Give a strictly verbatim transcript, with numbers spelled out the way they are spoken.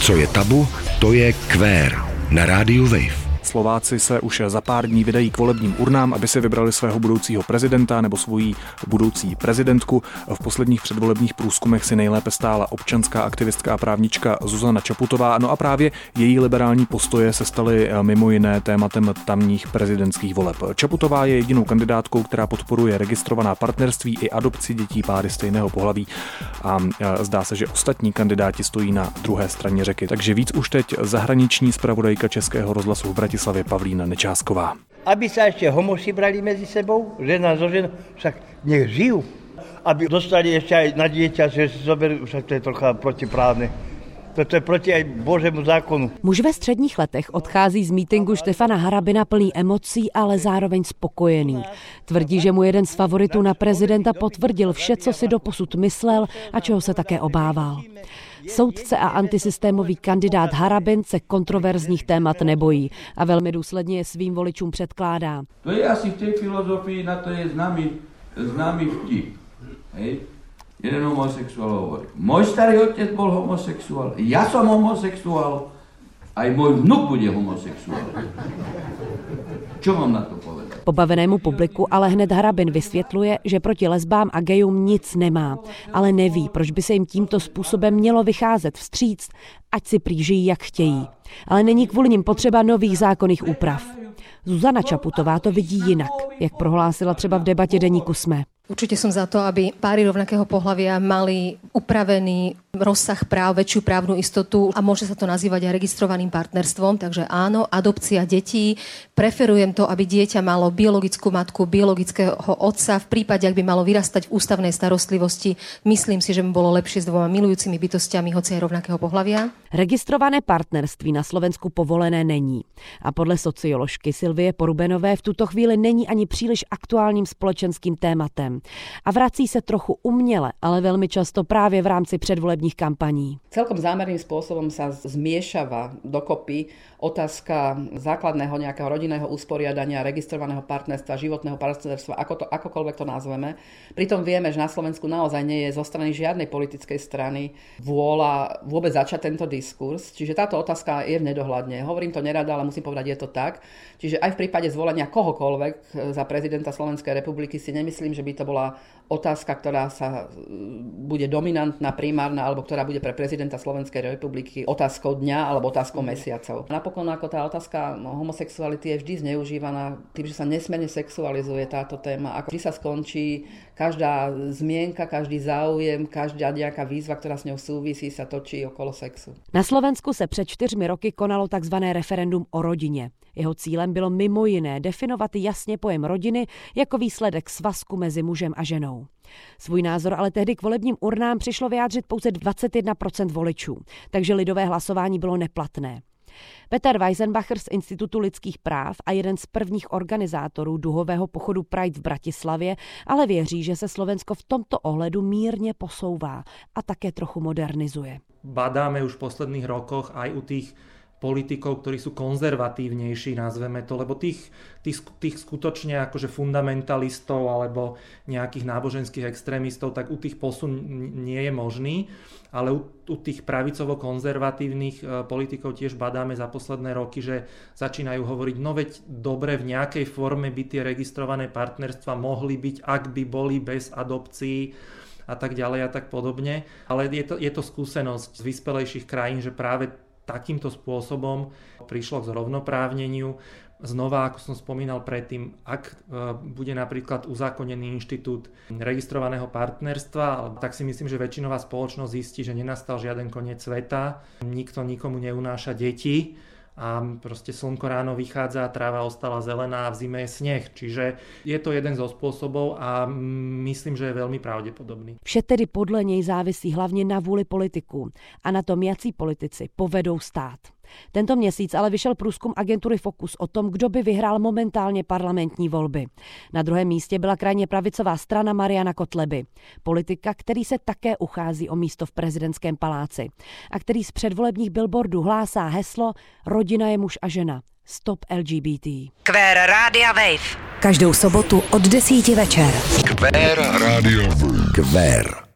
Co je tabu, to je Queer na rádiu Wave. Slováci se už za pár dní vydají k volebním urnám, aby si vybrali svého budoucího prezidenta nebo svoji budoucí prezidentku. V posledních předvolebních průzkumech si nejlépe stála občanská aktivistka a právnička Zuzana Čaputová. No a právě její liberální postoje se staly mimo jiné tématem tamních prezidentských voleb. Čaputová je jedinou kandidátkou, která podporuje registrovaná partnerství i adopci dětí páry stejného pohlaví. A zdá se, že ostatní kandidáti stojí na druhé straně řeky. Takže víc už teď zahraniční zpravodajka Českého rozhlasu v Bratislavě Pavlína Nečásková. Aby sa ešte homoši brali medzi sebou, žena so ženou, však nech žijú. Aby dostali ešte aj na dieťa, že si zoberú, však to je trocha protiprávne. To je proti aj Božému zákonu. Muž ve středních letech odchází z mítinku Štefana Harabina plný emocí, ale zároveň spokojený. Tvrdí, že mu jeden z favoritů na prezidenta potvrdil vše, co si doposud myslel a čeho se také obával. Soudce a antisystémový kandidát Harabin se kontroverzních témat nebojí a velmi důsledně je svým voličům předkládá. To je asi v té filozofii, na to je známý, známý vtip. Hej? Jeden homosexuál hovorí, môj starý otec bol homosexuál, ja som homosexuál, aj môj vnuk bude homosexuál. Čo mám na to povedať? Pobavenému publiku ale hned Harabin vysvětluje, že proti lesbám a gejům nic nemá, ale neví, proč by se jim tímto způsobem mělo vycházet vstříc, ať si prý žijí, jak chtějí. Ale není kvůli nim potřeba nových zákonných úprav. Zuzana Čaputová to vidí jinak, jak prohlásila třeba v debatě deníku SME. Určite som za to, aby páry rovnakého pohlavia mali upravený rozsah práv, väčšiu právnu istotu a môže sa to nazývať aj registrovaným partnerstvom. Takže áno, adopcia detí. Preferujem to, aby dieťa malo biologickú matku, biologického otca. V prípade, ak by malo vyrastať v ústavnej starostlivosti, myslím si, že by bolo lepšie s dvoma milujúcimi bytostiami, hoci aj rovnakého pohlavia. Registrované partnerství na Slovensku povolené není. A podle socioložky Silvie Porubenové v tuto chvíli není ani příliš aktuálním společenským tématem. A vrací se trochu uměle, ale velmi často právě v rámci předvolebních kampaní. Celkom zámerným spôsobom sa zmiešava dokopy otázka základného nejakého rodinného usporiadania, registrovaného partnerstva, životného partnerstva, ako to, akokoľvek to nazveme. Pritom vieme, že na Slovensku naozaj nie je zo strany žiadnej politickej strany vôľa vôbec začať tento diskurs. Čiže táto otázka je v nedohľadne. Hovorím to nerada, ale musím povedať, je to tak. Čiže aj v prípade zvolenia kohokoľvek za prezidenta Slovenskej republiky si nemyslím, že by to bola otázka, ktorá sa bude dominantná, primárna, alebo ktorá bude pre prezidenta Slovenskej republiky otázkou dňa alebo otázkou mesiacov. Napokon ako tá otázka homosexuality je vždy zneužívaná tým, že sa nesmierne sexualizuje táto téma. Ako vždy sa skončí každá zmienka, každý záujem, každá nejaká výzva, ktorá s ňou súvisí, sa točí okolo sexu. Na Slovensku se před čtyřmi roky konalo takzvané referendum o rodině. Jeho cílem bylo mimo jiné definovat jasně pojem rodiny jako výsledek svazku mezi mužem a ženou. Svůj názor ale tehdy k volebním urnám přišlo vyjádřit pouze dvacet jedna procent voličů, takže lidové hlasování bylo neplatné. Peter Weisenbacher z Institutu lidských práv a jeden z prvních organizátorů duhového pochodu Pride v Bratislavě ale věří, že se Slovensko v tomto ohledu mírně posouvá a také trochu modernizuje. Badáme už v posledných rokoch aj u tých politikov, ktorí sú konzervatívnejší, nazveme to, lebo tých, tých, tých skutočne akože fundamentalistov alebo nejakých náboženských extrémistov, tak u tých posun nie je možný, ale u, u tých pravicovo-konzervatívnych politikov tiež badáme za posledné roky, že začínajú hovoriť, no veď dobre, v nejakej forme by tie registrované partnerstva mohli byť, ak by boli bez adopcií a tak ďalej a tak podobne. Ale je to, je to skúsenosť z vyspelejších krajín, že práve takýmto spôsobom prišlo k zrovnoprávneniu. Znova, ako som spomínal predtým, ak bude napríklad uzákonený inštitút registrovaného partnerstva, tak si myslím, že väčšinová spoločnosť zistí, že nenastal žiaden koniec sveta, nikto nikomu neunáša deti a proste slnko ráno vychádza a tráva ostala zelená a v zime je sneh. Čiže je to jeden zo spôsobov a myslím, že je veľmi pravdepodobný. Vše tedy podle něj závisí hlavně na vůli politiků a na tom, jací politici povedou stát. Tento měsíc ale vyšel průzkum agentury Focus o tom, kdo by vyhrál momentálně parlamentní volby. Na druhém místě byla krajně pravicová strana Mariana Kotleby, politika, který se také uchází o místo v prezidentském paláci a který z předvolebních billboardů hlásá heslo Rodina je muž a žena. Stop L G B T. Queer Rádia Wave. Každou sobotu od desíti večer. Queer Rádio Wave. Queer.